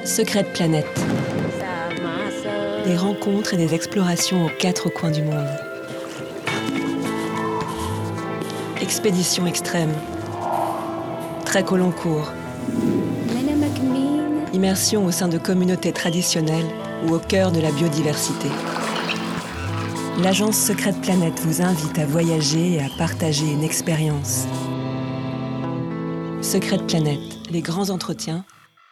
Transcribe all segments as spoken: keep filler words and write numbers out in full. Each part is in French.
Secrète Planète. Des rencontres et des explorations aux quatre coins du monde. Expédition extrême. Trek au long cours. Immersion au sein de communautés traditionnelles ou au cœur de la biodiversité. L'agence Secrète Planète vous invite à voyager et à partager une expérience. Secrète Planète, les grands entretiens.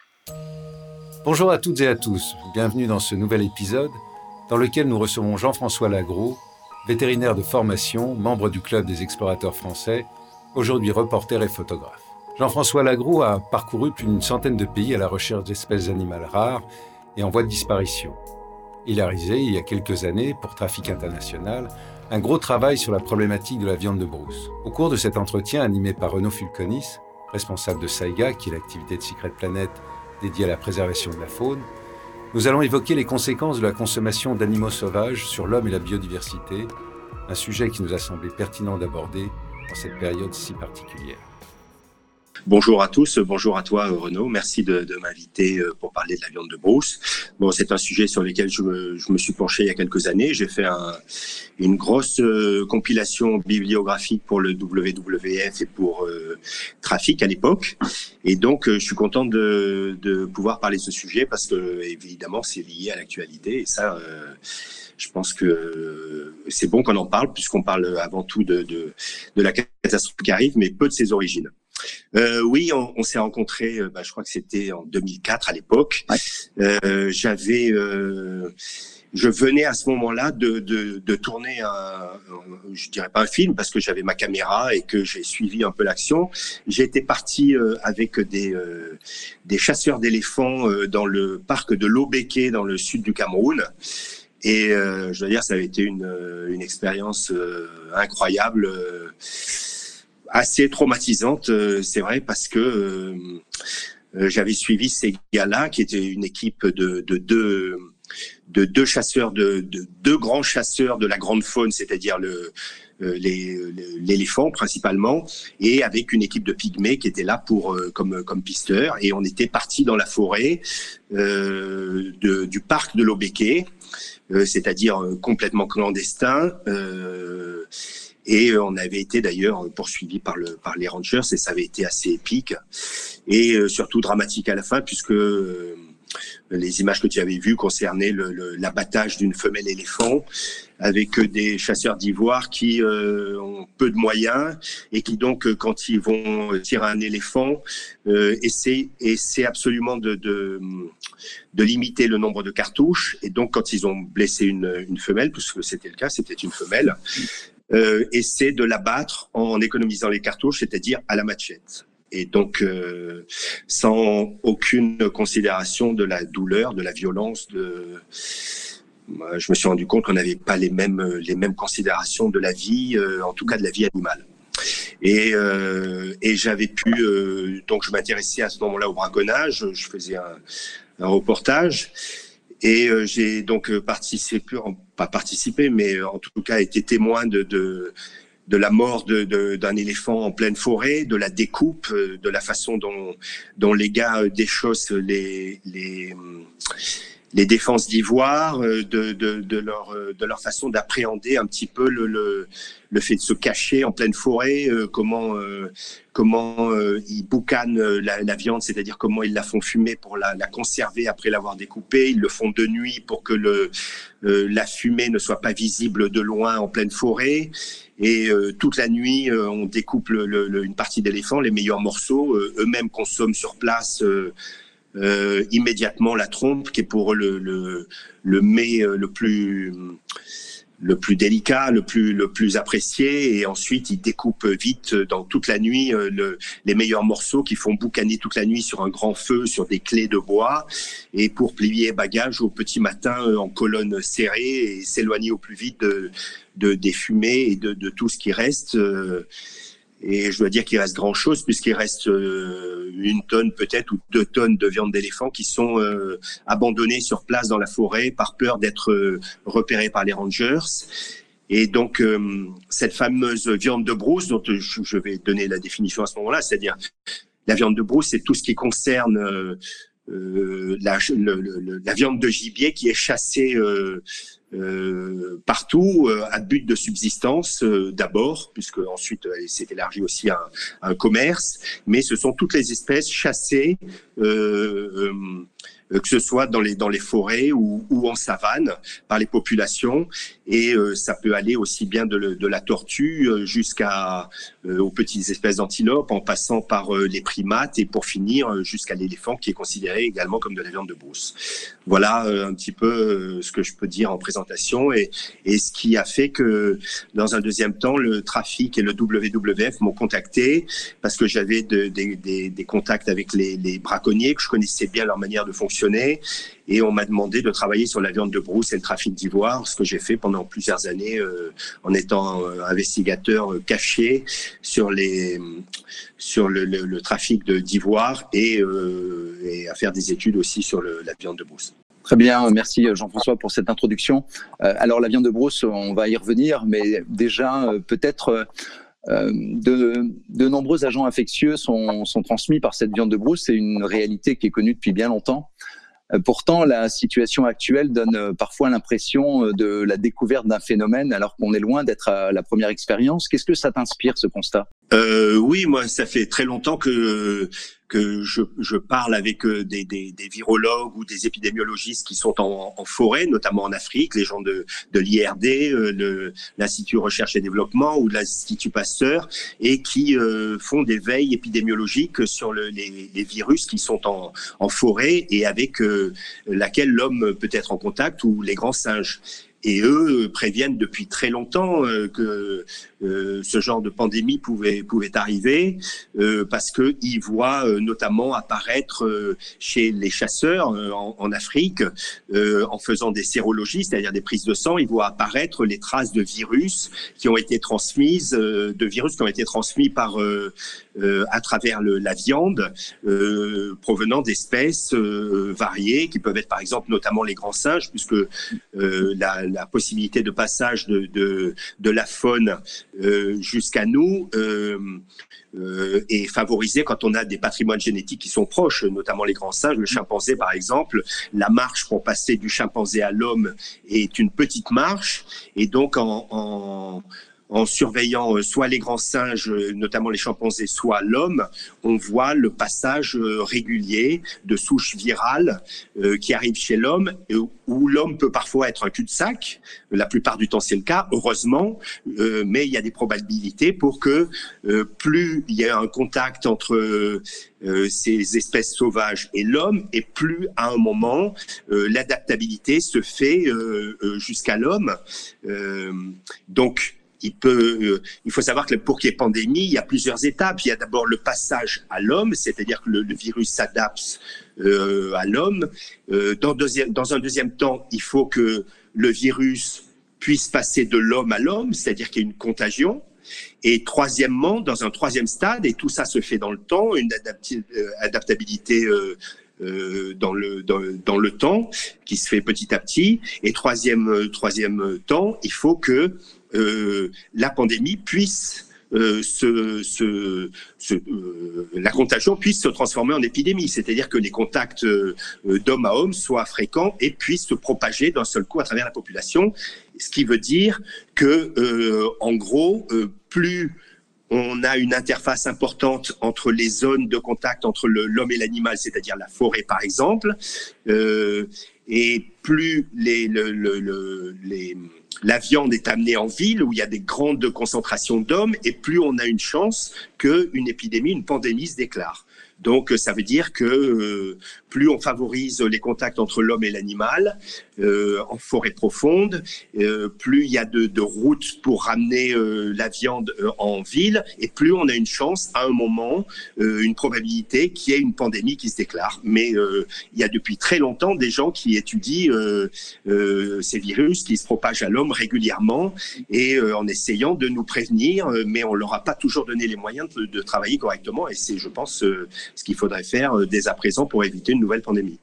Bonjour à toutes et à tous, bienvenue dans ce nouvel épisode dans lequel nous recevons Jean-François Lagros, vétérinaire de formation, membre du Club des explorateurs français, aujourd'hui reporter et photographe. Jean-François Lagros a parcouru plus d'une centaine de pays à la recherche d'espèces animales rares et en voie de disparition. Il a réalisé, il y a quelques années, pour Trafic International, un gros travail sur la problématique de la viande de brousse. Au cours de cet entretien animé par Renaud Fulconis, responsable de SAIGA, qui est l'activité de Secrète Planète dédiée à la préservation de la faune, nous allons évoquer les conséquences de la consommation d'animaux sauvages sur l'homme et la biodiversité, un sujet qui nous a semblé pertinent d'aborder dans cette période si particulière. Bonjour à tous, bonjour à toi Renaud, merci de, de m'inviter pour parler de la viande de brousse. Bon, c'est un sujet sur lequel je me, je me suis penché il y a quelques années. J'ai fait un, une grosse euh, compilation bibliographique pour le W W F et pour euh, Trafic à l'époque. Et donc, euh, je suis content de, de pouvoir parler de ce sujet parce que, évidemment, c'est lié à l'actualité. Et ça, euh, je pense que euh, c'est bon qu'on en parle puisqu'on parle avant tout de, de, de la catastrophe qui arrive, mais peu de ses origines. Euh, oui, on, on s'est rencontrés, euh, bah, je crois que c'était en deux mille quatre à l'époque. Ouais. Euh, j'avais, euh, je venais à ce moment-là de, de, de tourner un, un, je dirais pas un film parce que j'avais ma caméra et que j'ai suivi un peu l'action. J'étais parti euh, avec des, euh, des chasseurs d'éléphants euh, dans le parc de Lobeke dans le sud du Cameroun. Et euh, je dois dire, ça avait été une, une expérience euh, incroyable. Euh, assez traumatisante, euh, c'est vrai, parce que euh, euh, j'avais suivi ces gars-là, qui étaient une équipe de, de deux de deux chasseurs, de, de deux grands chasseurs de la grande faune, c'est-à-dire le euh, les, l'éléphant principalement, et avec une équipe de pygmées qui était là pour euh, comme comme pisteurs. Et on était partis dans la forêt euh, de, du parc de Lobeke, euh, c'est-à-dire euh, complètement clandestin. Euh, Et on avait été d'ailleurs poursuivi par le par les rangers et ça avait été assez épique et euh, surtout dramatique à la fin puisque euh, les images que tu avais vues concernaient le, le, l'abattage d'une femelle éléphant avec des chasseurs d'ivoire qui euh, ont peu de moyens et qui donc quand ils vont tirer un éléphant euh, essaient essaient absolument de, de de limiter le nombre de cartouches et donc quand ils ont blessé une une femelle puisque c'était le cas, c'était une femelle. Euh, essaie de l'abattre en économisant les cartouches, c'est-à-dire à la machette. Et donc, euh, sans aucune considération de la douleur, de la violence. De... Je me suis rendu compte qu'on n'avait pas les mêmes, les mêmes considérations de la vie, euh, en tout cas de la vie animale. Et, euh, et j'avais pu... Euh, donc, je m'intéressais à ce moment-là au braconnage. Je faisais un, un reportage. Et euh, j'ai donc euh, participé, pas participé, mais euh, en tout cas été témoin de de, de la mort de, de, d'un éléphant en pleine forêt, de la découpe, euh, de la façon dont dont les gars euh, déchaussent les les les défenses d'ivoire, euh, de de de leur de leur façon d'appréhender un petit peu le le le fait de se cacher en pleine forêt, euh, comment euh, comment euh, ils boucanent la, la viande, c'est-à-dire comment ils la font fumer pour la, la conserver après l'avoir découpée. Ils le font de nuit pour que le euh, la fumée ne soit pas visible de loin en pleine forêt. Et euh, toute la nuit, euh, on découpe le, le, une partie d'éléphant, les meilleurs morceaux. Euh, eux-mêmes consomment sur place euh, euh, immédiatement la trompe, qui est pour eux le le, le mets le plus le plus délicat, le plus le plus apprécié, et ensuite ils découpent vite dans toute la nuit euh, le, les meilleurs morceaux qui font boucaner toute la nuit sur un grand feu, sur des clés de bois, et pour plier bagages au petit matin euh, en colonne serrée et s'éloigner au plus vite de, de des fumées et de, de tout ce qui reste. Euh, Et je dois dire qu'il reste grand-chose puisqu'il reste euh, une tonne peut-être ou deux tonnes de viande d'éléphant qui sont euh, abandonnées sur place dans la forêt par peur d'être euh, repérées par les rangers. Et donc, euh, cette fameuse viande de brousse dont je, je vais donner la définition à ce moment-là, c'est-à-dire la viande de brousse, c'est tout ce qui concerne euh, euh, la, le, le, la viande de gibier qui est chassée euh, euh, partout euh, à but de subsistance euh, d'abord, puisque ensuite elle s'est élargie aussi à, à un commerce. Mais ce sont toutes les espèces chassées, euh, euh, que ce soit dans les dans les forêts ou, ou en savane par les populations. Et euh, ça peut aller aussi bien de, de la tortue jusqu'à euh, aux petites espèces d'antilopes, en passant par euh, les primates et pour finir jusqu'à l'éléphant qui est considéré également comme de la viande de brousse. Voilà euh, un petit peu euh, ce que je peux dire en présentation et, et ce qui a fait que dans un deuxième temps, le trafic et le W W F m'ont contacté parce que j'avais de, de, de, des contacts avec les, les braconniers, que je connaissais bien leur manière de fonctionner. Et on m'a demandé de travailler sur la viande de brousse et le trafic d'ivoire, ce que j'ai fait pendant plusieurs années euh, en étant euh, investigateur euh, caché sur les sur le, le, le trafic de d'ivoire et, euh, et à faire des études aussi sur le, la viande de brousse. Très bien, merci Jean-François pour cette introduction. Euh, alors la viande de brousse, on va y revenir, mais déjà euh, peut-être euh, de, de nombreux agents infectieux sont, sont transmis par cette viande de brousse. C'est une réalité qui est connue depuis bien longtemps. Pourtant, la situation actuelle donne parfois l'impression de la découverte d'un phénomène alors qu'on est loin d'être à la première expérience. Qu'est-ce que ça t'inspire, ce constat ? euh, Oui, moi, ça fait très longtemps que que je, je parle avec des, des, des virologues ou des épidémiologistes qui sont en, en forêt, notamment en Afrique, les gens de, de l'I R D, le, l'Institut Recherche et Développement ou de l'Institut Pasteur, et qui euh, font des veilles épidémiologiques sur le, les, les virus qui sont en, en forêt et avec euh, laquelle l'homme peut être en contact, ou les grands singes. Et eux préviennent depuis très longtemps euh, que euh, ce genre de pandémie pouvait pouvait arriver euh, parce que ils voient euh, notamment apparaître euh, chez les chasseurs euh, en, en Afrique euh, en faisant des sérologies, c'est-à-dire des prises de sang, ils voient apparaître les traces de virus qui ont été transmises, euh, de virus qui ont été transmis par euh, euh, à travers le, la viande euh, provenant d'espèces euh, variées qui peuvent être par exemple notamment les grands singes, puisque euh, la la possibilité de passage de, de, de la faune euh, jusqu'à nous euh, euh, est favorisée quand on a des patrimoines génétiques qui sont proches, notamment les grands singes. Le chimpanzé, par exemple, la marche pour passer du chimpanzé à l'homme est une petite marche, et donc en, en en surveillant soit les grands singes, notamment les chimpanzés, soit l'homme, on voit le passage régulier de souches virales euh, qui arrivent chez l'homme, où l'homme peut parfois être un cul-de-sac. La plupart du temps, c'est le cas, heureusement, euh, mais il y a des probabilités pour que euh, plus il y a un contact entre euh, ces espèces sauvages et l'homme, et plus à un moment, euh, l'adaptabilité se fait euh, euh, jusqu'à l'homme. Euh, donc, Il, peut, euh, il faut savoir que pour qu'il y ait pandémie, il y a plusieurs étapes. Il y a d'abord le passage à l'homme, c'est-à-dire que le, le virus s'adapte euh, à l'homme. Euh, dans, deuxième, dans un deuxième temps, il faut que le virus puisse passer de l'homme à l'homme, c'est-à-dire qu'il y ait une contagion. Et troisièmement, dans un troisième stade, et tout ça se fait dans le temps, une adapti- euh, adaptabilité euh, euh, dans le dans, dans le temps qui se fait petit à petit. Et troisième euh, troisième temps, il faut que Euh, la pandémie puisse euh, se, se, se, euh, la contagion puisse se transformer en épidémie, c'est-à-dire que les contacts euh, d'homme à homme soient fréquents et puissent se propager d'un seul coup à travers la population, ce qui veut dire que, euh, en gros, euh, plus on a une interface importante entre les zones de contact entre le, l'homme et l'animal, c'est-à-dire la forêt par exemple, euh, et plus les, le, le, le, les la viande est amenée en ville où il y a des grandes concentrations d'hommes, et plus on a une chance qu'une épidémie, une pandémie se déclare. Donc, ça veut dire que euh, plus on favorise les contacts entre l'homme et l'animal euh, en forêt profonde, euh, plus il y a de, de routes pour ramener euh, la viande euh, en ville, et plus on a une chance, à un moment, euh, une probabilité qu'il y ait une pandémie qui se déclare. Mais euh, il y a depuis très longtemps des gens qui étudient euh, euh, ces virus qui se propagent à l'homme régulièrement, et euh, en essayant de nous prévenir, euh, mais on leur a pas toujours donné les moyens de, de travailler correctement, et c'est, je pense, euh, ce qu'il faudrait faire euh, dès à présent pour éviter une nouvelle pandémie.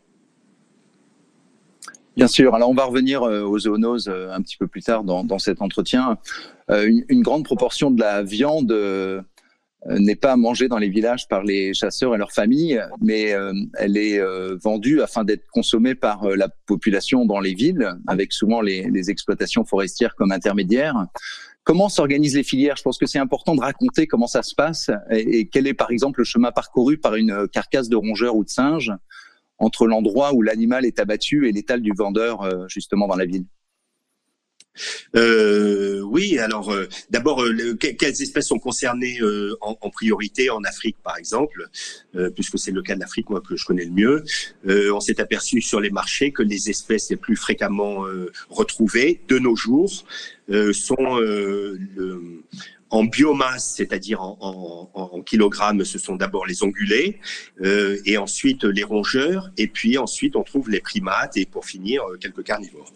Bien sûr. Alors, on va revenir euh, aux zoonoses euh, un petit peu plus tard dans, dans cet entretien. Euh, une, une grande proportion de la viande euh, euh, n'est pas mangée dans les villages par les chasseurs et leurs familles, mais euh, elle est euh, vendue afin d'être consommée par euh, la population dans les villes, avec souvent les, les exploitations forestières comme intermédiaires. Comment s'organisent les filières? Je pense que c'est important de raconter comment ça se passe et, et quel est par exemple le chemin parcouru par une carcasse de rongeur ou de singe entre l'endroit où l'animal est abattu et l'étal du vendeur euh, justement dans la ville. Euh, oui, alors euh, d'abord, euh, le, quelles espèces sont concernées euh, en, en priorité en Afrique, par exemple, euh, puisque c'est le cas de l'Afrique, moi, que je connais le mieux. Euh, on s'est aperçu sur les marchés que les espèces les plus fréquemment euh, retrouvées de nos jours euh, sont euh, le, en biomasse, c'est-à-dire en, en, en kilogrammes, ce sont d'abord les ongulés, euh, et ensuite les rongeurs, et puis ensuite on trouve les primates, et pour finir, quelques carnivores.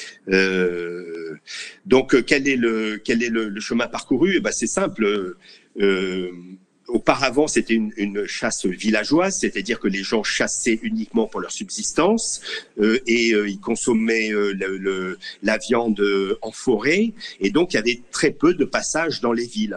Euh, donc quel est le quel est le, le chemin parcouru? Eh ben, c'est simple. Euh, auparavant, c'était une, une chasse villageoise, c'est-à-dire que les gens chassaient uniquement pour leur subsistance euh, et euh, ils consommaient euh, le, le, la viande en forêt, et donc il y avait très peu de passages dans les villes.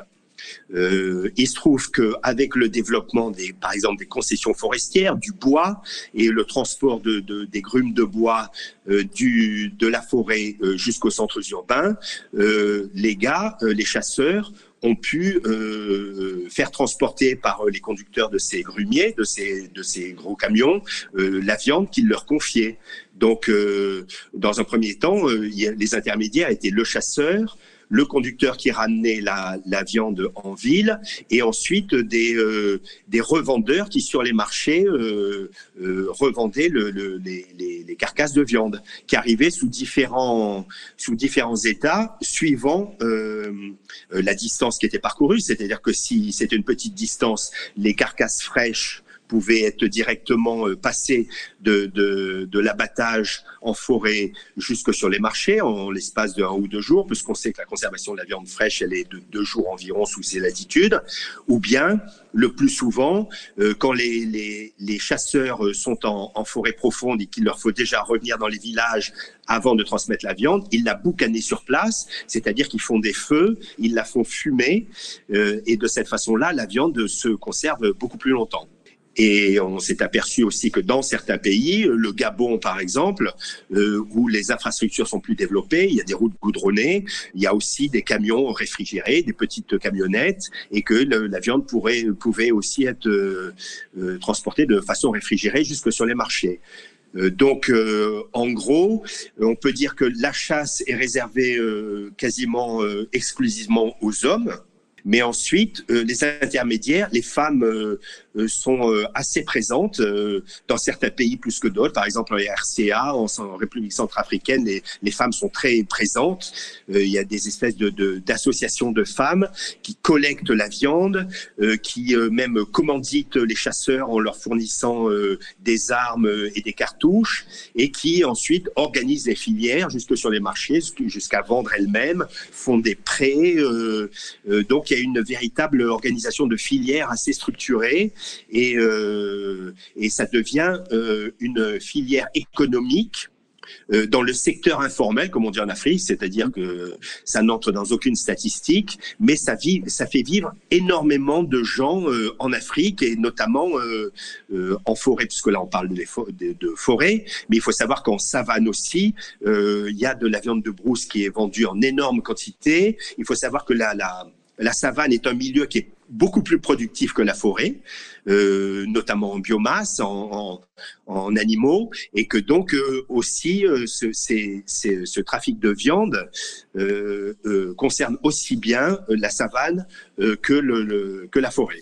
Euh, il se trouve qu'avec le développement des, par exemple, des concessions forestières, du bois et le transport de, de, des grumes de bois euh, du, de la forêt euh, jusqu'aux centres urbains, euh, les gars, euh, les chasseurs, ont pu euh, faire transporter par les conducteurs de ces grumiers, de ces, de ces gros camions, euh, la viande qu'ils leur confiaient. Donc, euh, dans un premier temps, euh, y a, les intermédiaires étaient le chasseur, le conducteur qui ramenait la, la viande en ville, et ensuite des, euh, des revendeurs qui, sur les marchés, euh, euh, revendaient le, le, les, les, les carcasses de viande, qui arrivaient sous différents, sous différents états, suivant euh, la distance qui était parcourue. C'est-à-dire que si c'était une petite distance, les carcasses fraîches pouvaient être directement euh, passées de, de, de l'abattage en forêt jusque sur les marchés en l'espace de un ou deux jours, puisqu'on sait que la conservation de la viande fraîche, elle est de deux jours environ sous ces latitudes. Ou bien, le plus souvent, euh, quand les, les, les chasseurs sont en, en forêt profonde et qu'il leur faut déjà revenir dans les villages avant de transmettre la viande, ils la boucanent sur place, c'est-à-dire qu'ils font des feux, ils la font fumer, euh, et de cette façon-là, la viande se conserve beaucoup plus longtemps. Et on s'est aperçu aussi que dans certains pays, le Gabon par exemple, euh, où les infrastructures sont plus développées, il y a des routes goudronnées, il y a aussi des camions réfrigérés, des petites camionnettes, et que le, la viande pourrait, pouvait aussi être euh, euh, transportée de façon réfrigérée jusque sur les marchés. Euh, donc, euh, en gros, on peut dire que la chasse est réservée euh, quasiment euh, exclusivement aux hommes. Mais ensuite, euh, les intermédiaires, les femmes euh, euh, sont euh, assez présentes euh, dans certains pays plus que d'autres. Par exemple, en R C A, en, en République centrafricaine, les, les femmes sont très présentes. Euh, il y a des espèces de, de, d'associations de femmes qui collectent la viande, euh, qui euh, même commanditent les chasseurs en leur fournissant euh, des armes et des cartouches, et qui ensuite organisent des filières jusque sur les marchés, jusqu'à vendre elles-mêmes, font des prêts. Euh, euh, donc, il y a une véritable organisation de filière assez structurée, et, euh, et ça devient euh, une filière économique euh, dans le secteur informel, comme on dit en Afrique, c'est-à-dire que ça n'entre dans aucune statistique, mais ça, vit, ça fait vivre énormément de gens euh, en Afrique, et notamment euh, euh, en forêt, puisque là on parle de, de, de forêt, mais il faut savoir qu'en savane aussi, euh, il y a de la viande de brousse qui est vendue en énorme quantité. Il faut savoir que la, la La savane est un milieu qui est beaucoup plus productif que la forêt, euh, notamment en biomasse, en, en, en animaux, et que donc euh, aussi euh, ce, c'est, c'est, ce trafic de viande euh, euh, concerne aussi bien la savane euh, que, le, le, que la forêt.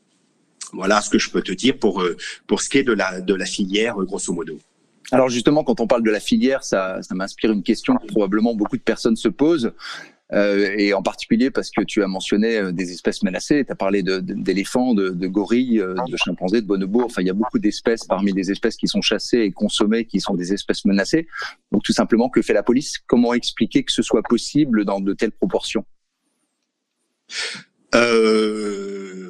Voilà ce que je peux te dire pour, pour ce qui est de la, de la filière, grosso modo. Alors justement, quand on parle de la filière, ça, ça m'inspire une question que probablement beaucoup de personnes se posent. Euh, et en particulier parce que tu as mentionné euh, des espèces menacées, tu as parlé de, de, d'éléphants, de, de gorilles, euh, de chimpanzés, de bonobos, enfin il y a beaucoup d'espèces parmi les espèces qui sont chassées et consommées qui sont des espèces menacées. Donc tout simplement, que fait la police? Comment expliquer que ce soit possible dans de telles proportions? Euh,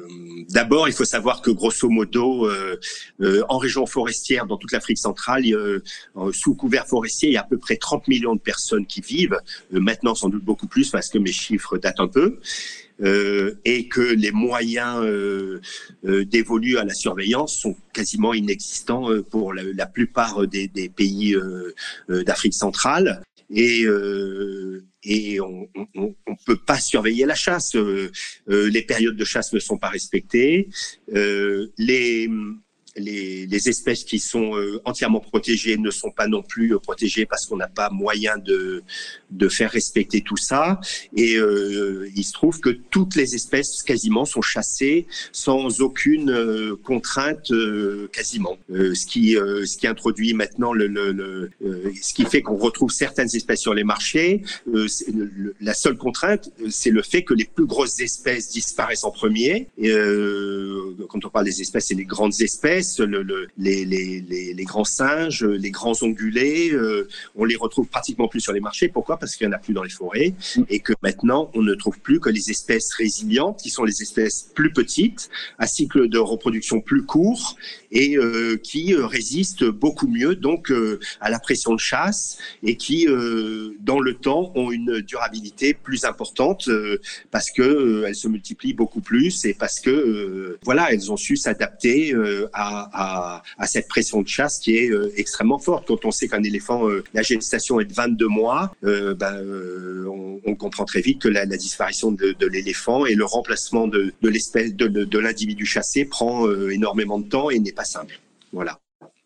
D'abord, il faut savoir que grosso modo, euh, euh, en région forestière, dans toute l'Afrique centrale, euh, sous couvert forestier, il y a à peu près trente millions de personnes qui vivent. Euh, maintenant, sans doute beaucoup plus parce que mes chiffres datent un peu. Euh, et que les moyens euh, euh, dévolus à la surveillance sont quasiment inexistants euh, pour la, la plupart des, des pays euh, euh, d'Afrique centrale. Et, euh, et on ne peut pas surveiller la chasse. Euh, euh, les périodes de chasse ne sont pas respectées. Euh, les... Les, les espèces qui sont euh, entièrement protégées ne sont pas non plus euh, protégées parce qu'on n'a pas moyen de, de faire respecter tout ça. Et euh, il se trouve que toutes les espèces quasiment sont chassées sans aucune euh, contrainte euh, quasiment. Euh, ce qui euh, ce qui introduit maintenant le, le, le euh, ce qui fait qu'on retrouve certaines espèces sur les marchés. Euh, le, la seule contrainte, c'est le fait que les plus grosses espèces disparaissent en premier. Et, euh, quand on parle des espèces, c'est les grandes espèces. Le, le, les, les, les, les grands singes, les grands ongulés, euh, on les retrouve pratiquement plus sur les marchés. Pourquoi ? Parce qu'il n'y en a plus dans les forêts et que maintenant, on ne trouve plus que les espèces résilientes, qui sont les espèces plus petites, à cycle de reproduction plus court et euh, qui euh, résistent beaucoup mieux donc euh, à la pression de chasse et qui, euh, dans le temps, ont une durabilité plus importante euh, parce que euh, elles se multiplient beaucoup plus et parce que euh, voilà, elles ont su s'adapter euh, à À, à cette pression de chasse qui est euh, extrêmement forte. Quand on sait qu'un éléphant, euh, la gestation est de vingt-deux mois, euh, ben, euh, on, on comprend très vite que la, la disparition de, de l'éléphant et le remplacement de, de l'espèce de, de, de l'individu chassé prend euh, énormément de temps et n'est pas simple. Voilà.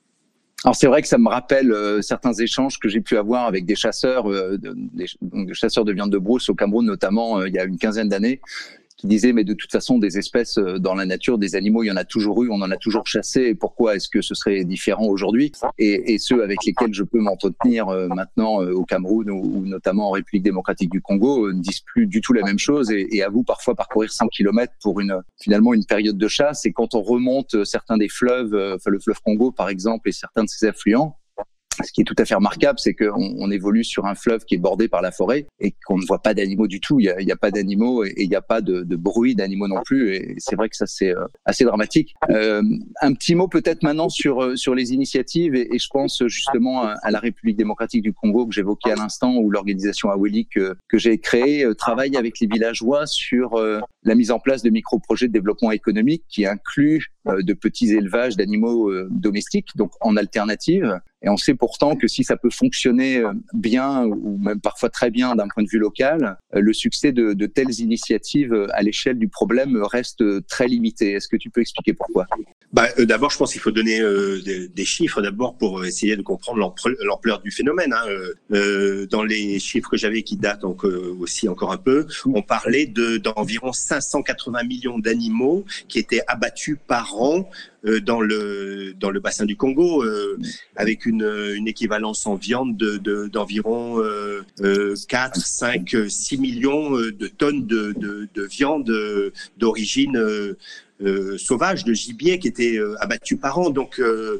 Alors c'est vrai que ça me rappelle euh, certains échanges que j'ai pu avoir avec des chasseurs, euh, de, des, donc des chasseurs de viande de brousse au Cameroun notamment euh, il y a une quinzaine d'années, qui disait mais de toute façon des espèces dans la nature, des animaux, il y en a toujours eu, on en a toujours chassé, et pourquoi est-ce que ce serait différent aujourd'hui ? et, et ceux avec lesquels je peux m'entretenir euh, maintenant euh, au Cameroun ou, ou notamment en République démocratique du Congo euh, ne disent plus du tout la même chose et, et avouent parfois parcourir cent kilomètres pour une finalement une période de chasse. Et quand on remonte certains des fleuves, euh, enfin le fleuve Congo par exemple et certains de ses affluents, ce qui est tout à fait remarquable, c'est qu'on on évolue sur un fleuve qui est bordé par la forêt et qu'on ne voit pas d'animaux du tout. Il y a, il y a pas d'animaux et il n'y a pas de, de bruit d'animaux non plus. Et c'est vrai que ça, c'est euh, assez dramatique. Euh, un petit mot peut-être maintenant sur, sur les initiatives et, et je pense justement à, à la République démocratique du Congo que j'évoquais à l'instant, où l'organisation Aweli que, que j'ai créée euh, travaille avec les villageois sur euh, la mise en place de micro-projets de développement économique qui incluent euh, de petits élevages d'animaux euh, domestiques, donc en alternative. Et on sait pourtant que si ça peut fonctionner bien ou même parfois très bien d'un point de vue local, le succès de, de telles initiatives à l'échelle du problème reste très limité. Est-ce que tu peux expliquer pourquoi ? Bah, euh, d'abord, je pense qu'il faut donner euh, des, des chiffres d'abord pour essayer de comprendre l'ampleur du phénomène. Hein. Euh, dans les chiffres que j'avais qui datent donc, euh, aussi encore un peu, on parlait de, d'environ cinq cent quatre-vingts millions d'animaux qui étaient abattus par an euh, dans le dans le bassin du Congo, euh, avec une, une équivalence en viande de, de, d'environ euh, euh, quatre, cinq, six millions de tonnes de, de, de viande d'origine euh, Euh, sauvages, de gibier qui étaient euh, abattus par an. Donc, euh,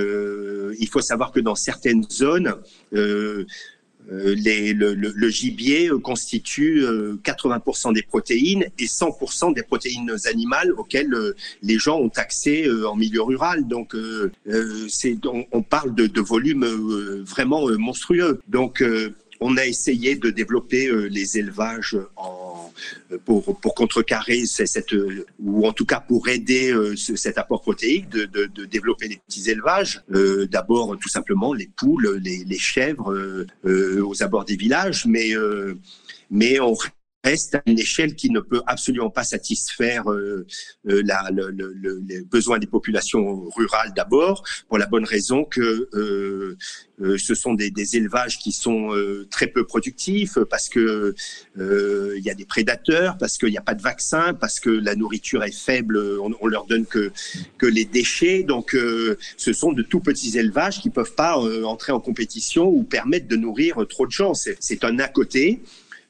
euh, il faut savoir que dans certaines zones, euh, euh, les, le, le, le gibier constitue euh, quatre-vingts pour cent des protéines et cent pour cent des protéines animales auxquelles euh, les gens ont accès euh, en milieu rural. Donc, euh, euh, c'est, on, on parle de, de volumes euh, vraiment euh, monstrueux. Donc, euh, on a essayé de développer euh, les élevages en, pour, pour contrecarrer cette, ou en tout cas pour aider euh, ce, cet apport protéique, de, de, de développer les petits élevages. Euh, d'abord, tout simplement, les poules, les, les chèvres euh, euh, aux abords des villages, mais, euh, mais on reste à une échelle qui ne peut absolument pas satisfaire euh, la, le, le, les besoins des populations rurales d'abord, pour la bonne raison que euh, euh, ce sont des, des élevages qui sont euh, très peu productifs, parce que euh, il y a des prédateurs, parce qu'il n'y a pas de vaccin, parce que la nourriture est faible, on, on leur donne que, que les déchets. Donc euh, ce sont de tout petits élevages qui ne peuvent pas euh, entrer en compétition ou permettre de nourrir trop de gens. C'est, c'est un à côté.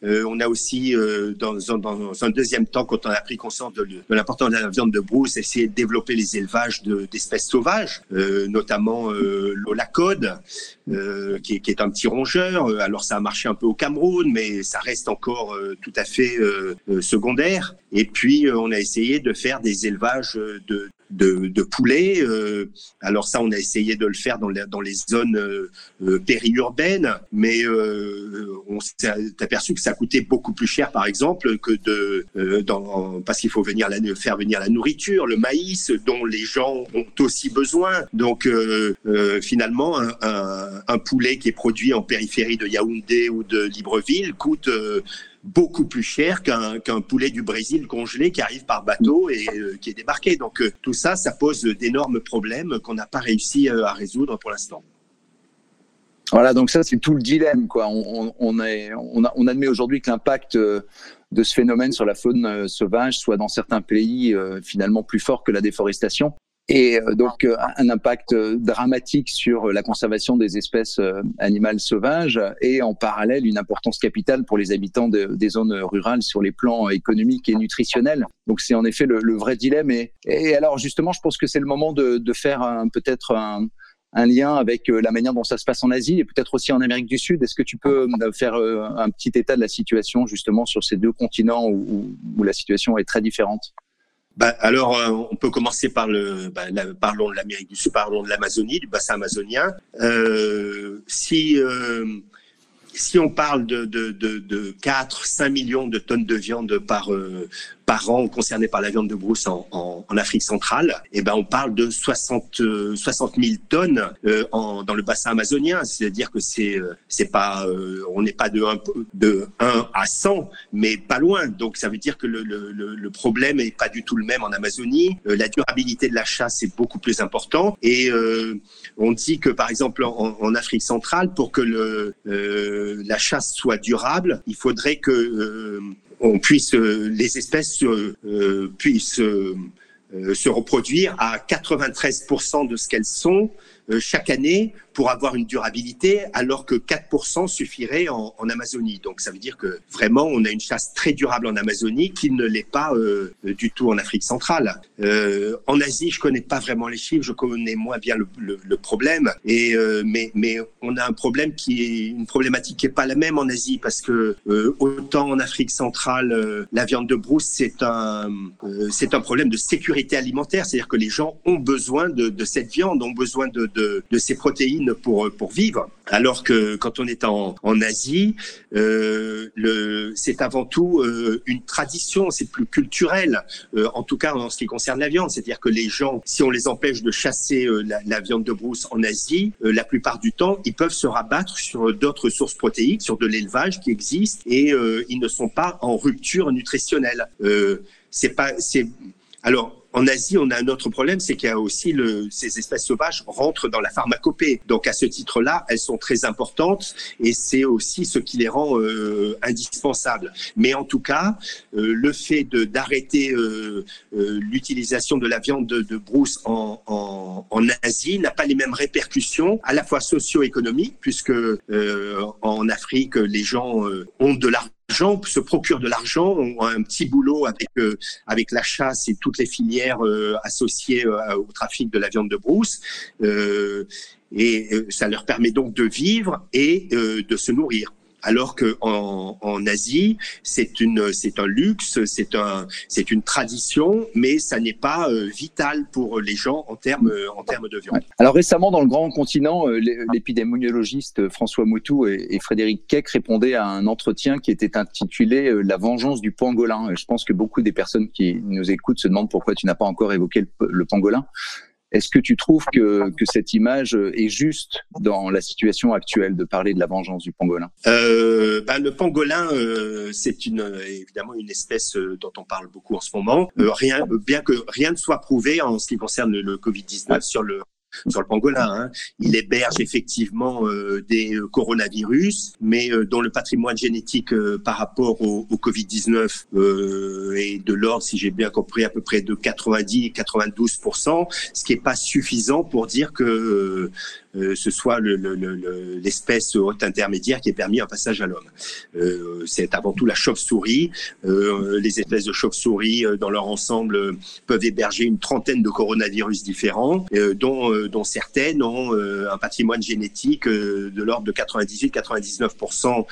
Euh, on a aussi, euh, dans, dans un deuxième temps, quand on a pris conscience de, de l'importance de la viande de brousse, essayé de développer les élevages de, d'espèces sauvages, euh, notamment euh, l'holacode, euh, qui, est, qui est un petit rongeur. Alors ça a marché un peu au Cameroun, mais ça reste encore euh, tout à fait euh, secondaire. Et puis euh, on a essayé de faire des élevages de De, de poulets. Euh, alors ça, on a essayé de le faire dans, la, dans les zones euh, euh, périurbaines, mais euh, on s'est aperçu que ça coûtait beaucoup plus cher, par exemple, que de euh, dans, parce qu'il faut venir la, faire venir la nourriture, le maïs, dont les gens ont aussi besoin. Donc euh, euh, finalement, un, un, un poulet qui est produit en périphérie de Yaoundé ou de Libreville coûte euh, beaucoup plus cher qu'un, qu'un poulet du Brésil congelé qui arrive par bateau et euh, qui est débarqué. Donc euh, tout ça, ça pose d'énormes problèmes qu'on n'a pas réussi euh, à résoudre pour l'instant. Voilà, donc ça c'est tout le dilemme, quoi. On, on, on, est, on, a, on admet aujourd'hui que l'impact euh, de ce phénomène sur la faune euh, sauvage soit dans certains pays euh, finalement plus fort que la déforestation. Et donc un impact dramatique sur la conservation des espèces animales sauvages et en parallèle une importance capitale pour les habitants de, des zones rurales sur les plans économiques et nutritionnels. Donc c'est en effet le, le vrai dilemme. Et, et alors justement, je pense que c'est le moment de, de faire un, peut-être un, un lien avec la manière dont ça se passe en Asie et peut-être aussi en Amérique du Sud. Est-ce que tu peux faire un petit état de la situation justement sur ces deux continents où, où la situation est très différente ? Bah, alors, euh, on peut commencer par le, bah, la, parlons de l'Amérique du Sud, parlons de l'Amazonie, du bassin amazonien. Euh, si euh, si on parle de de de, de quatre à cinq millions de tonnes de viande par euh, par an concernés par la viande de brousse en, en, en Afrique centrale, et ben on parle de soixante mille tonnes euh, en, dans le bassin amazonien. C'est-à-dire que c'est c'est pas euh, on n'est pas de un, de un à cent, mais pas loin. Donc ça veut dire que le, le, le problème est pas du tout le même en Amazonie. Euh, la durabilité de la chasse est beaucoup plus importante. Et euh, on dit que par exemple en, en Afrique centrale, pour que le euh, la chasse soit durable, il faudrait que euh, on puisse, euh, les espèces euh, puissent euh, se reproduire à quatre-vingt-treize pour cent de ce qu'elles sont euh, chaque année pour avoir une durabilité, alors que quatre pour cent suffirait en, en Amazonie. Donc ça veut dire que vraiment on a une chasse très durable en Amazonie qui ne l'est pas euh, du tout en Afrique centrale. Euh, en Asie, je connais pas vraiment les chiffres, je connais moins bien le, le, le problème. Et euh, mais mais on a un problème qui est une problématique qui est pas la même en Asie, parce que euh, autant en Afrique centrale, euh, la viande de brousse c'est un euh, c'est un problème de sécurité alimentaire, c'est-à-dire que les gens ont besoin de, de cette viande, ont besoin de, de de ces protéines pour pour vivre, alors que quand on est en en Asie, euh, le c'est avant tout euh, une tradition, c'est plus culturel, euh, en tout cas en ce qui concerne la viande, c'est-à-dire que les gens, si on les empêche de chasser euh, la, la viande de brousse en Asie, euh, la plupart du temps, ils peuvent se rabattre sur d'autres sources protéiques, sur de l'élevage qui existe, et euh, ils ne sont pas en rupture nutritionnelle. Euh, c'est pas c'est alors. En Asie, on a un autre problème, c'est qu'il y a aussi le, ces espèces sauvages rentrent dans la pharmacopée. Donc, à ce titre-là, elles sont très importantes et c'est aussi ce qui les rend euh, indispensables. Mais en tout cas, euh, le fait de, d'arrêter euh, euh, l'utilisation de la viande de, de brousse en, en, en Asie n'a pas les mêmes répercussions, à la fois socio-économiques, puisque euh, en Afrique, les gens euh, ont de l'argent. Gens se procurent de l'argent, ont un petit boulot avec euh, avec la chasse et toutes les filières euh, associées euh, au trafic de la viande de brousse, euh, et euh, ça leur permet donc de vivre et euh, de se nourrir. Alors que en, en Asie, c'est une, c'est un luxe, c'est un, c'est une tradition, mais ça n'est pas euh, vital pour les gens en termes, en termes de viande. Ouais. Alors récemment, dans le grand continent, euh, l'épidémiologiste François Moutou et, et Frédéric Keck répondaient à un entretien qui était intitulé euh, « La vengeance du pangolin ». Et je pense que beaucoup des personnes qui nous écoutent se demandent pourquoi tu n'as pas encore évoqué le, le pangolin. Est-ce que tu trouves que, que cette image est juste dans la situation actuelle de parler de la vengeance du pangolin ? euh, ben, Le pangolin, euh, c'est une, évidemment une espèce dont on parle beaucoup en ce moment. Euh, rien, bien que rien ne soit prouvé en ce qui concerne le, le covid dix-neuf sur le sur le pangolin, hein. Il héberge effectivement euh, des euh, coronavirus, mais euh, dont le patrimoine génétique euh, par rapport au, au covid dix-neuf euh, est de l'ordre, si j'ai bien compris, à peu près de quatre-vingt-dix à quatre-vingt-douze pour cent, ce qui est pas suffisant pour dire que euh, ce soit le, le, le, l'espèce haute intermédiaire qui ait permis un passage à l'homme. Euh, c'est avant tout la chauve-souris. Euh, les espèces de chauve-souris, euh, dans leur ensemble, euh, peuvent héberger une trentaine de coronavirus différents, euh, dont, euh, dont certaines ont euh, un patrimoine génétique euh, de l'ordre de quatre-vingt-dix-huit à quatre-vingt-dix-neuf pour cent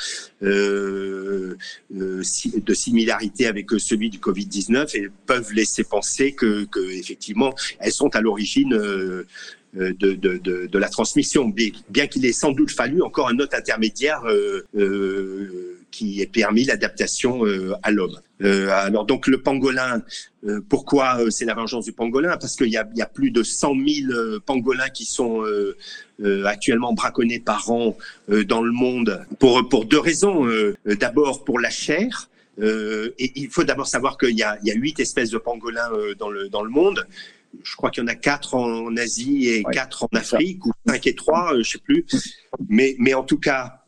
euh, euh, de similarité avec celui du covid dix-neuf et peuvent laisser penser que, que effectivement, elles sont à l'origine euh, De, de, de, de la transmission, bien qu'il ait sans doute fallu encore un autre intermédiaire euh, euh, qui ait permis l'adaptation euh, à l'homme. Euh, alors donc le pangolin, euh, pourquoi euh, c'est la vengeance du pangolin? Parce qu'il y a, il y a plus de cent mille euh, pangolins qui sont euh, euh, actuellement braconnés par an euh, dans le monde pour, pour deux raisons. Euh, d'abord pour la chair. Euh, et il faut d'abord savoir qu'il y a, il y a huit espèces de pangolins euh, dans le, dans le monde. Je crois qu'il y en a quatre en Asie et ouais, quatre en Afrique, ou cinq et trois, euh, je sais plus. Mais, mais en tout cas,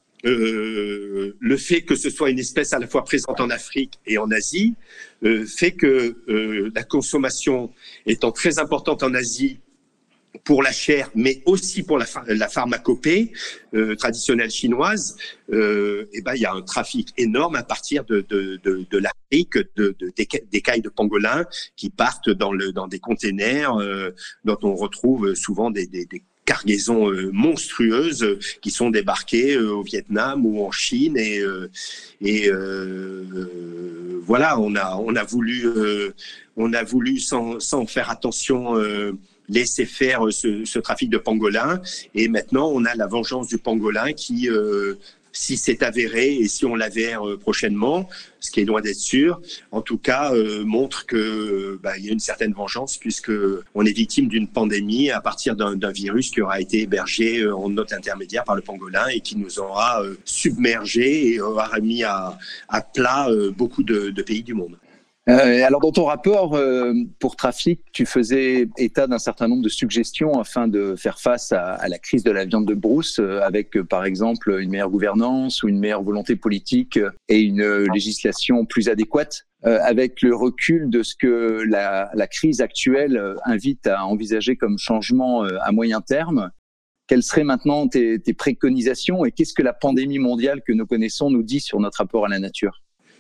euh, le fait que ce soit une espèce à la fois présente en Afrique et en Asie euh, fait que euh, la consommation étant très importante en Asie pour la chair, mais aussi pour la, la pharmacopée euh, traditionnelle chinoise, euh, et ben il y a un trafic énorme à partir de de de, de l'Afrique, de, de d'écailles de pangolins qui partent dans le dans des containers euh, dont on retrouve souvent des des, des cargaisons euh, monstrueuses euh, qui sont débarquées euh, au Vietnam ou en Chine et euh, et euh, euh, voilà, on a on a voulu euh, on a voulu sans sans faire attention euh, laisser faire ce, ce trafic de pangolins. Et maintenant, on a la vengeance du pangolin qui, euh, si c'est avéré et si on l'avère euh, prochainement, ce qui est loin d'être sûr, en tout cas, euh, montre que euh, bah, il y a une certaine vengeance puisque on est victime d'une pandémie à partir d'un, d'un virus qui aura été hébergé euh, en note intermédiaire par le pangolin et qui nous aura euh, submergés et aura mis à, à plat euh, beaucoup de, de pays du monde. Euh, alors dans ton rapport euh, pour Trafic, tu faisais état d'un certain nombre de suggestions afin de faire face à, à la crise de la viande de brousse, euh, avec euh, par exemple une meilleure gouvernance ou une meilleure volonté politique et une euh, législation plus adéquate. Euh, avec le recul de ce que la, la crise actuelle euh, invite à envisager comme changement euh, à moyen terme, quelles seraient maintenant tes, tes préconisations et qu'est-ce que la pandémie mondiale que nous connaissons nous dit sur notre rapport à la nature ?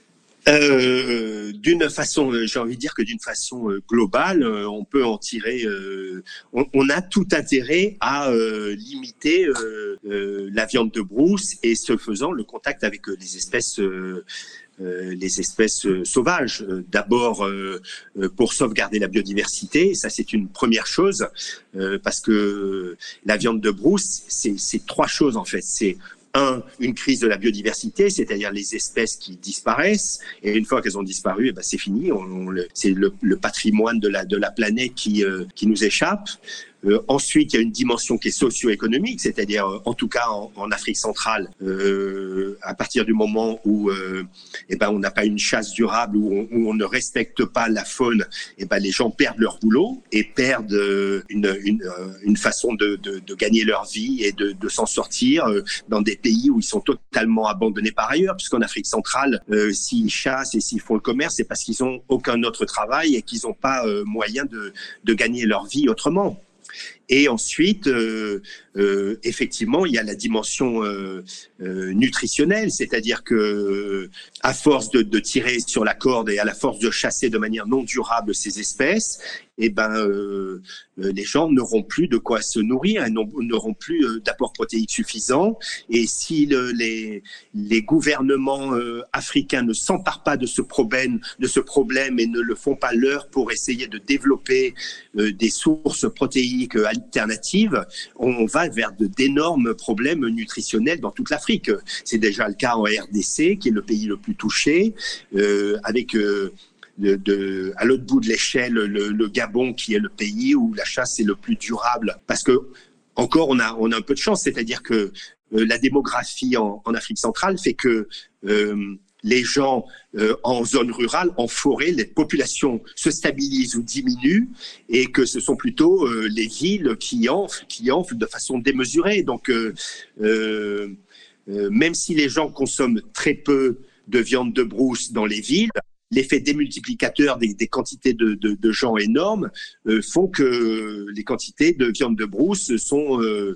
Euh, d'une façon, j'ai envie de dire que d'une façon euh, globale, euh, on peut en tirer. Euh, on, on a tout intérêt à euh, limiter euh, euh, la viande de brousse et, ce faisant, le contact avec euh, les espèces. Euh, Euh, les espèces euh, sauvages. Euh, d'abord, euh, euh, pour sauvegarder la biodiversité, ça c'est une première chose, euh, parce que la viande de brousse, c'est, c'est trois choses en fait. C'est un, une crise de la biodiversité, c'est-à-dire les espèces qui disparaissent, et une fois qu'elles ont disparu, eh ben c'est fini. On, on le, c'est le, le patrimoine de la de la planète qui euh, qui nous échappe. Euh, ensuite, il y a une dimension qui est socio-économique, c'est-à-dire, euh, en tout cas en, en Afrique centrale, euh, à partir du moment où euh, eh ben, on n'a pas une chasse durable, où on, où on ne respecte pas la faune, eh ben, les gens perdent leur boulot et perdent euh, une, une, euh, une façon de, de, de gagner leur vie et de, de s'en sortir euh, dans des pays où ils sont totalement abandonnés par ailleurs, puisqu'en Afrique centrale, euh, s'ils chassent et s'ils font le commerce, c'est parce qu'ils n'ont aucun autre travail et qu'ils n'ont pas euh, moyen de, de gagner leur vie autrement. Et ensuite, euh, euh, effectivement, il y a la dimension euh, euh, nutritionnelle, c'est-à-dire que, à force de, de tirer sur la corde et à la force de chasser de manière non durable ces espèces, eh ben, euh, les gens n'auront plus de quoi se nourrir, et n'auront plus euh, d'apport protéique suffisant. Et si le, les, les gouvernements euh, africains ne s'emparent pas de ce problème, de ce problème et ne le font pas leur pour essayer de développer euh, des sources protéiques euh, alternatives, on va vers de, d'énormes problèmes nutritionnels dans toute l'Afrique. C'est déjà le cas en R D C, qui est le pays le plus touché, euh, avec euh, de, de, à l'autre bout de l'échelle le, le Gabon, qui est le pays où la chasse est le plus durable. Parce que encore, on a, on a un peu de chance, c'est-à-dire que euh, la démographie en, en Afrique centrale fait que euh, les gens euh, en zone rurale, en forêt, les populations se stabilisent ou diminuent, et que ce sont plutôt euh, les villes qui enflent, qui enflent de façon démesurée. Donc, euh, euh, euh, même si les gens consomment très peu de viande de brousse dans les villes, l'effet démultiplicateur des, des quantités de, de, de gens énormes euh, font que les quantités de viande de brousse sont euh,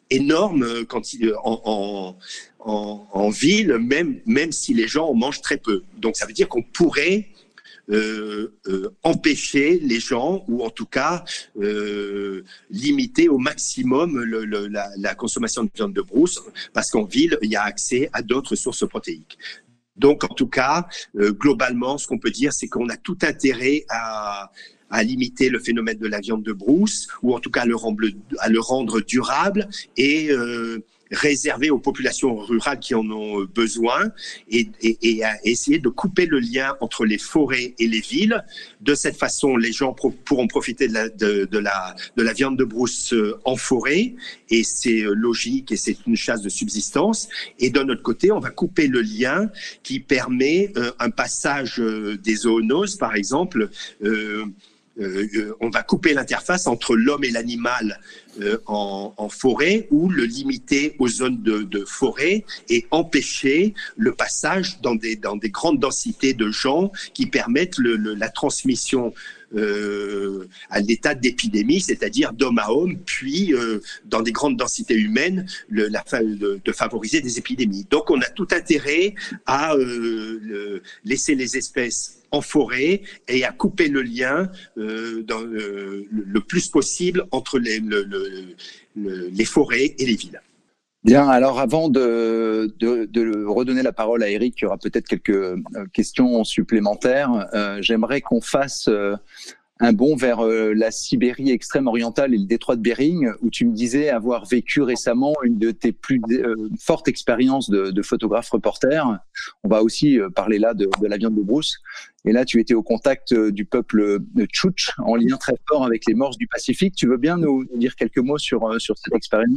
énorme quand il, en, en, en, en ville, même, même si les gens en mangent très peu. Donc ça veut dire qu'on pourrait Euh, euh, empêcher les gens, ou en tout cas euh, limiter au maximum le, le, la, la consommation de viande de brousse, parce qu'en ville, il y a accès à d'autres sources protéiques. Donc, en tout cas, euh, globalement, ce qu'on peut dire, c'est qu'on a tout intérêt à, à limiter le phénomène de la viande de brousse, ou en tout cas à le rendre, à le rendre durable et euh, réservé aux populations rurales qui en ont besoin, et, et, et à essayer de couper le lien entre les forêts et les villes. De cette façon, les gens pro- pourront profiter de la, de, de, la, de la viande de brousse en forêt, et c'est logique et c'est une chasse de subsistance. Et d'un autre côté, on va couper le lien qui permet euh, un passage euh, des zoonoses, par exemple. Euh, Euh, on va couper l'interface entre l'homme et l'animal euh, en, en forêt, ou le limiter aux zones de, de forêt et empêcher le passage dans des, dans des grandes densités de gens qui permettent le, le, la transmission euh, à l'état d'épidémie, c'est-à-dire d'homme à homme, puis euh, dans des grandes densités humaines, le, la, de, de favoriser des épidémies. Donc on a tout intérêt à euh, le, laisser les espèces en forêt et à couper le lien euh, dans, euh, le, le plus possible entre les, le, le, le, les forêts et les villes. Bien, alors avant de, de, de redonner la parole à Eric, qui aura peut-être quelques questions supplémentaires, euh, j'aimerais qu'on fasse euh, un bond vers euh, la Sibérie extrême orientale et le détroit de Bering, où tu me disais avoir vécu récemment une de tes plus euh, fortes expériences de, de photographe-reporter. On va aussi euh, parler là de, de la viande de brousse. Et là, tu étais au contact euh, du peuple Tchouktch, en lien très fort avec les morses du Pacifique. Tu veux bien nous dire quelques mots sur, euh, sur cette expérience ?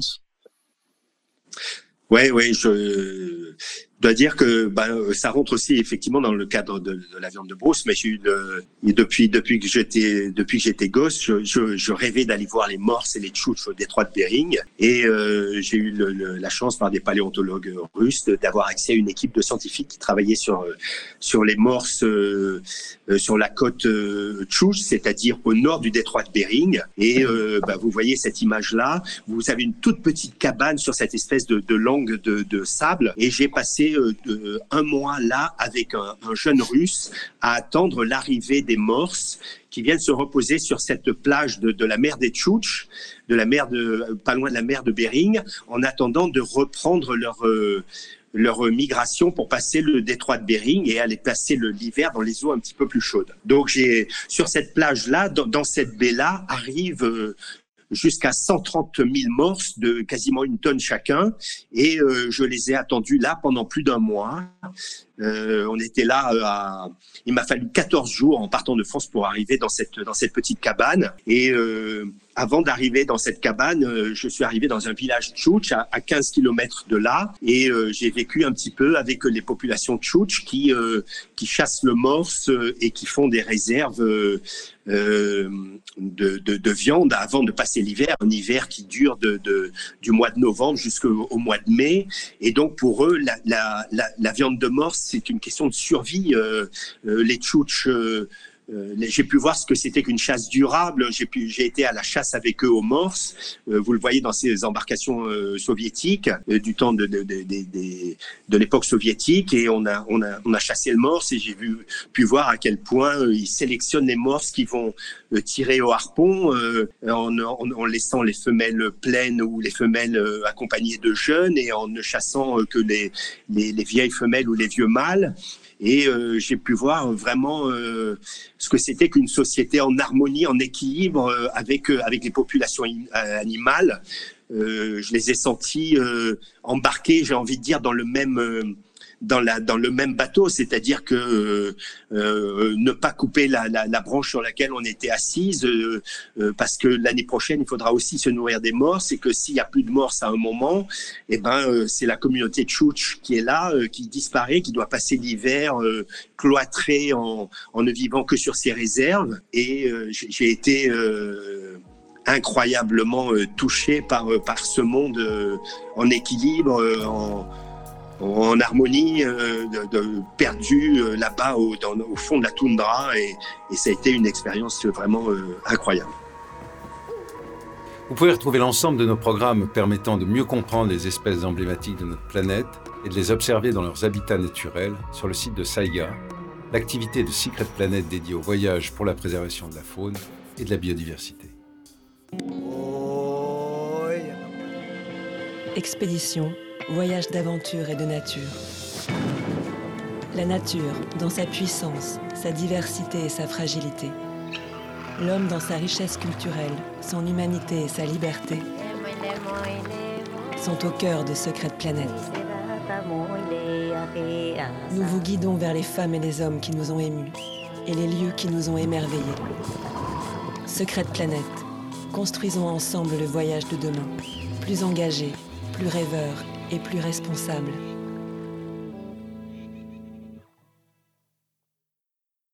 Oui, oui, je dois dire que ben, ça rentre aussi effectivement dans le cadre de, de la viande de brousse, mais j'ai eu le, depuis depuis que j'étais depuis que j'étais gosse, je, je, je rêvais d'aller voir les morses et les tchouktchs au détroit de Bering, et euh, j'ai eu le, le, la chance par des paléontologues russes d'avoir accès à une équipe de scientifiques qui travaillait sur sur les morses euh, sur la côte euh, tchouktch, c'est-à-dire au nord du détroit de Bering, et euh, ben, vous voyez cette image là, vous avez une toute petite cabane sur cette espèce de, de langue de, de sable, et j'ai passé Euh, un mois là avec un, un jeune russe à attendre l'arrivée des morses qui viennent se reposer sur cette plage de, de la mer des Tchouktchs, de la mer de, pas loin de la mer de Bering, en attendant de reprendre leur euh, leur migration pour passer le détroit de Bering et aller passer le, l'hiver dans les eaux un petit peu plus chaudes. Donc j'ai sur cette plage là, dans, dans cette baie là, arrive euh, jusqu'à cent trente mille morses de quasiment une tonne chacun, et euh, je les ai attendus là pendant plus d'un mois. Euh, on était là à, il m'a fallu quatorze jours en partant de France pour arriver dans cette dans cette petite cabane, et euh, avant d'arriver dans cette cabane, euh, je suis arrivé dans un village tchouktch à, à quinze kilomètres de là, et euh, j'ai vécu un petit peu avec les populations tchouktch qui euh, qui chassent le morse euh, et qui font des réserves euh, euh, de, de de viande avant de passer l'hiver, un hiver qui dure de, de du mois de novembre jusqu'au au mois de mai, et donc pour eux la la la, la viande de morse, c'est une question de survie. Euh, euh, les tchouktchs, euh, euh, j'ai pu voir ce que c'était qu'une chasse durable. J'ai pu, j'ai été à la chasse avec eux aux morses. Euh, vous le voyez dans ces embarcations euh, soviétiques euh, du temps de de, de, de, de de l'époque soviétique, et on a on a on a chassé le morse, et j'ai vu pu voir à quel point euh, ils sélectionnent les morses qui vont euh, tirer au harpon euh, en, en, en laissant les femelles pleines ou les femelles euh, accompagnées de jeunes, et en ne chassant euh, que les, les les vieilles femelles ou les vieux mâles. Et euh, j'ai pu voir vraiment euh, ce que c'était qu'une société en harmonie, en équilibre euh, avec euh, avec les populations in, euh, animales. Euh, je les ai sentis euh, embarqués, j'ai envie de dire, dans le même euh, dans la dans le même bateau, c'est-à-dire que euh, euh, ne pas couper la, la la branche sur laquelle on était assise, euh, euh, parce que l'année prochaine il faudra aussi se nourrir des morses, et que s'il y a plus de morses à un moment, eh ben euh, c'est la communauté tchouktch qui est là, euh, qui disparaît, qui doit passer l'hiver euh, cloîtrée en en ne vivant que sur ses réserves. Et euh, j'ai, j'ai été euh, incroyablement euh, touché par par ce monde euh, en équilibre, euh, en en harmonie, euh, de, de, perdu euh, là-bas au, dans, au fond de la toundra, et, et ça a été une expérience vraiment euh, incroyable. Vous pouvez retrouver l'ensemble de nos programmes permettant de mieux comprendre les espèces emblématiques de notre planète et de les observer dans leurs habitats naturels sur le site de SAIGA, l'activité de Secret Planet dédiée au voyage pour la préservation de la faune et de la biodiversité. Expédition, voyage d'aventure et de nature. La nature, dans sa puissance, sa diversité et sa fragilité. L'homme dans sa richesse culturelle, son humanité et sa liberté sont au cœur de Secret Planet. Nous vous guidons vers les femmes et les hommes qui nous ont émus et les lieux qui nous ont émerveillés. Secret Planet, construisons ensemble le voyage de demain, plus engagé, plus rêveur et plus responsable.